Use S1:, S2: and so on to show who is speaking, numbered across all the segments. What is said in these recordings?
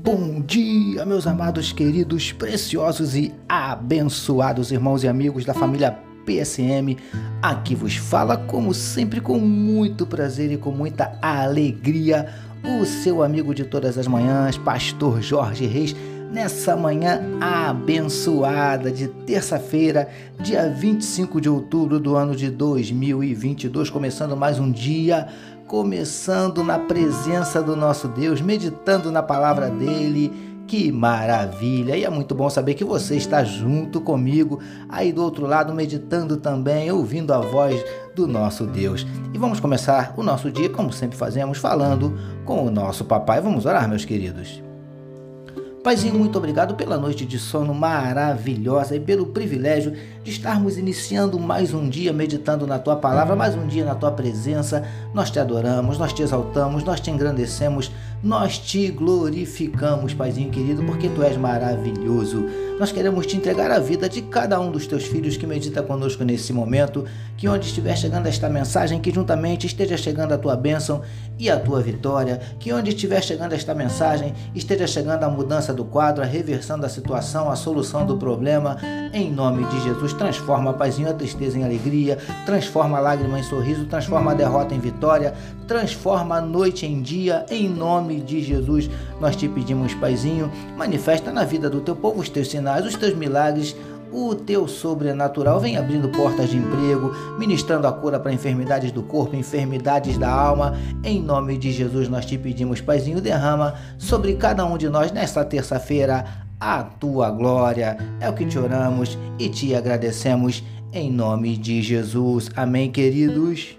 S1: Bom dia, meus amados, queridos, preciosos e abençoados irmãos e amigos da família PSM. Aqui vos fala, como sempre, com muito prazer e com muita alegria, o seu amigo de todas as manhãs, Pastor Jorge Reis, nessa manhã abençoada de terça-feira, dia 25 de outubro do ano de 2022, começando mais um dia, começando na presença do nosso Deus, meditando na palavra dele. Que maravilha! E é muito bom saber que você está junto comigo, aí do outro lado, meditando também, ouvindo a voz do nosso Deus. E vamos começar o nosso dia, como sempre fazemos, falando com o nosso papai. Vamos orar, meus queridos. Paizinho, muito obrigado pela noite de sono maravilhosa e pelo privilégio de estarmos iniciando mais um dia meditando na Tua Palavra, mais um dia na Tua presença. Nós Te adoramos, nós Te exaltamos, nós Te engrandecemos, nós Te glorificamos, Paizinho querido, porque Tu és maravilhoso. Nós queremos Te entregar a vida de cada um dos Teus filhos que medita conosco nesse momento, que onde estiver chegando esta mensagem, que juntamente esteja chegando a Tua bênção e a Tua vitória, que onde estiver chegando esta mensagem, esteja chegando a mudança do quadro, a reversão da situação, a solução do problema. Em nome de Jesus, transforma, Paizinho, a tristeza em alegria, transforma a lágrima em sorriso, transforma a derrota em vitória, transforma a noite em dia. Em nome de Jesus, nós Te pedimos, Paizinho, manifesta na vida do Teu povo os Teus sinais, os Teus milagres, o Teu sobrenatural. Vem abrindo portas de emprego, ministrando a cura para enfermidades do corpo, enfermidades da alma. Em nome de Jesus, nós Te pedimos, Paizinho, derrama sobre cada um de nós nesta terça-feira a Tua glória. É o que Te oramos e Te agradecemos em nome de Jesus. Amém, queridos?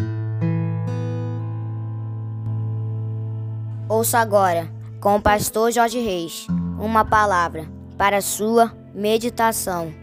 S2: Ouça agora, com o pastor Jorge Reis, uma palavra para a sua meditação.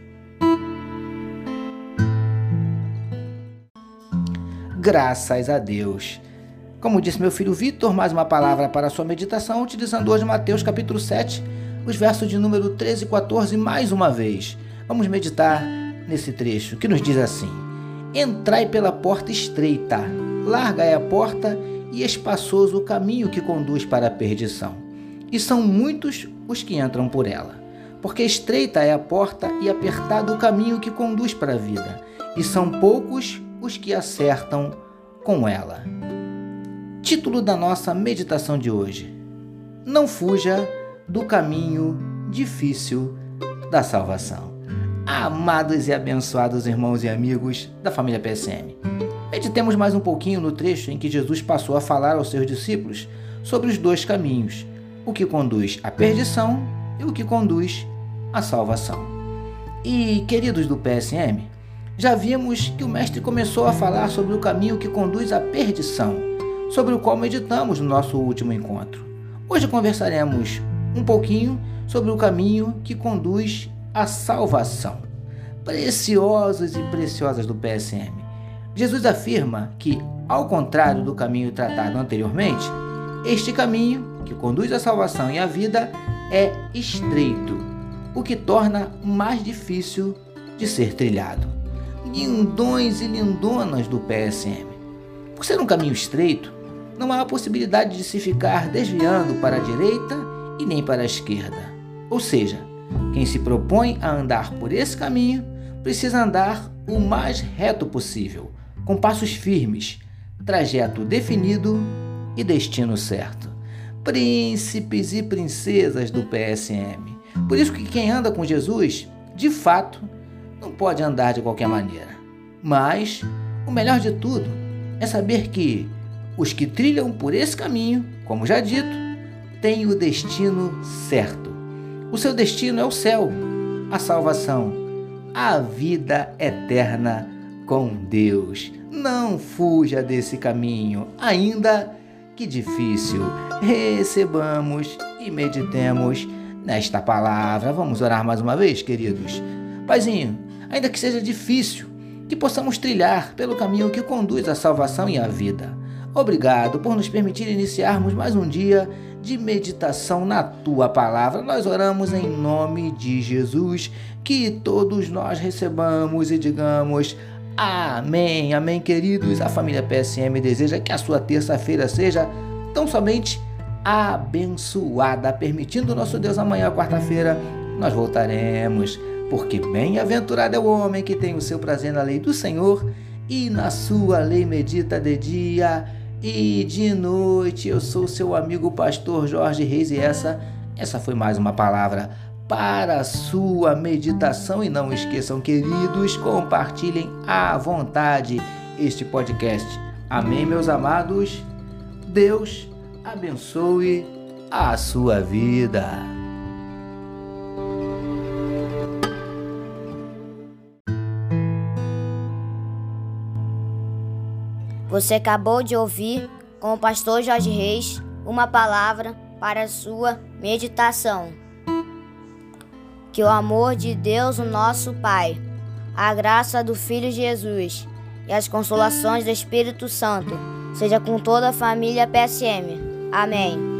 S1: Graças a Deus. Como disse meu filho Vitor, mais uma palavra para a sua meditação, utilizando hoje Mateus capítulo 7, os versos de número 13 e 14, mais uma vez. Vamos meditar nesse trecho, que nos diz assim: Entrai pela porta estreita, larga é a porta e espaçoso o caminho que conduz para a perdição, e são muitos os que entram por ela. Porque estreita é a porta e apertado o caminho que conduz para a vida, e são poucos os que acertam com ela. Título da nossa meditação de hoje: Não fuja do caminho difícil da salvação. Amados e abençoados irmãos e amigos da família PSM, meditemos mais um pouquinho no trecho em que Jesus passou a falar aos seus discípulos sobre os dois caminhos, o que conduz à perdição e o que conduz à salvação. E, queridos do PSM, já vimos que o Mestre começou a falar sobre o caminho que conduz à perdição, sobre o qual meditamos no nosso último encontro. Hoje conversaremos um pouquinho sobre o caminho que conduz à salvação. Preciosos e preciosas do PSM, Jesus afirma que, ao contrário do caminho tratado anteriormente, este caminho que conduz à salvação e à vida é estreito, o que torna mais difícil de ser trilhado. Lindões e lindonas do PSM, por ser um caminho estreito, não há a possibilidade de se ficar desviando para a direita e nem para a esquerda. Ou seja, quem se propõe a andar por esse caminho precisa andar o mais reto possível, com passos firmes, trajeto definido e destino certo. Príncipes e princesas do PSM. Por isso que quem anda com Jesus, de fato, não pode andar de qualquer maneira. Mas o melhor de tudo é saber que os que trilham por esse caminho, como já dito, têm o destino certo. O seu destino é o céu, a salvação, a vida eterna com Deus. Não fuja desse caminho, ainda que difícil. Recebamos e meditemos nesta palavra. Vamos orar mais uma vez, queridos. Paizinho, ainda que seja difícil, que possamos trilhar pelo caminho que conduz à salvação e à vida. Obrigado por nos permitir iniciarmos mais um dia de meditação na Tua Palavra. Nós oramos em nome de Jesus, que todos nós recebamos e digamos amém, amém, queridos. A família PSM deseja que a sua terça-feira seja tão somente abençoada. Permitindo nosso Deus, amanhã, quarta-feira, nós voltaremos, porque bem-aventurado é o homem que tem o seu prazer na lei do Senhor e na sua lei medita de dia e de noite. Eu sou seu amigo pastor Jorge Reis e essa foi mais uma palavra para a sua meditação. E não esqueçam, queridos, compartilhem à vontade este podcast. Amém, meus amados? Deus abençoe a sua vida.
S2: Você acabou de ouvir, com o pastor Jorge Reis, uma palavra para a sua meditação. Que o amor de Deus, o nosso Pai, a graça do Filho Jesus e as consolações do Espírito Santo seja com toda a família PSM. Amém.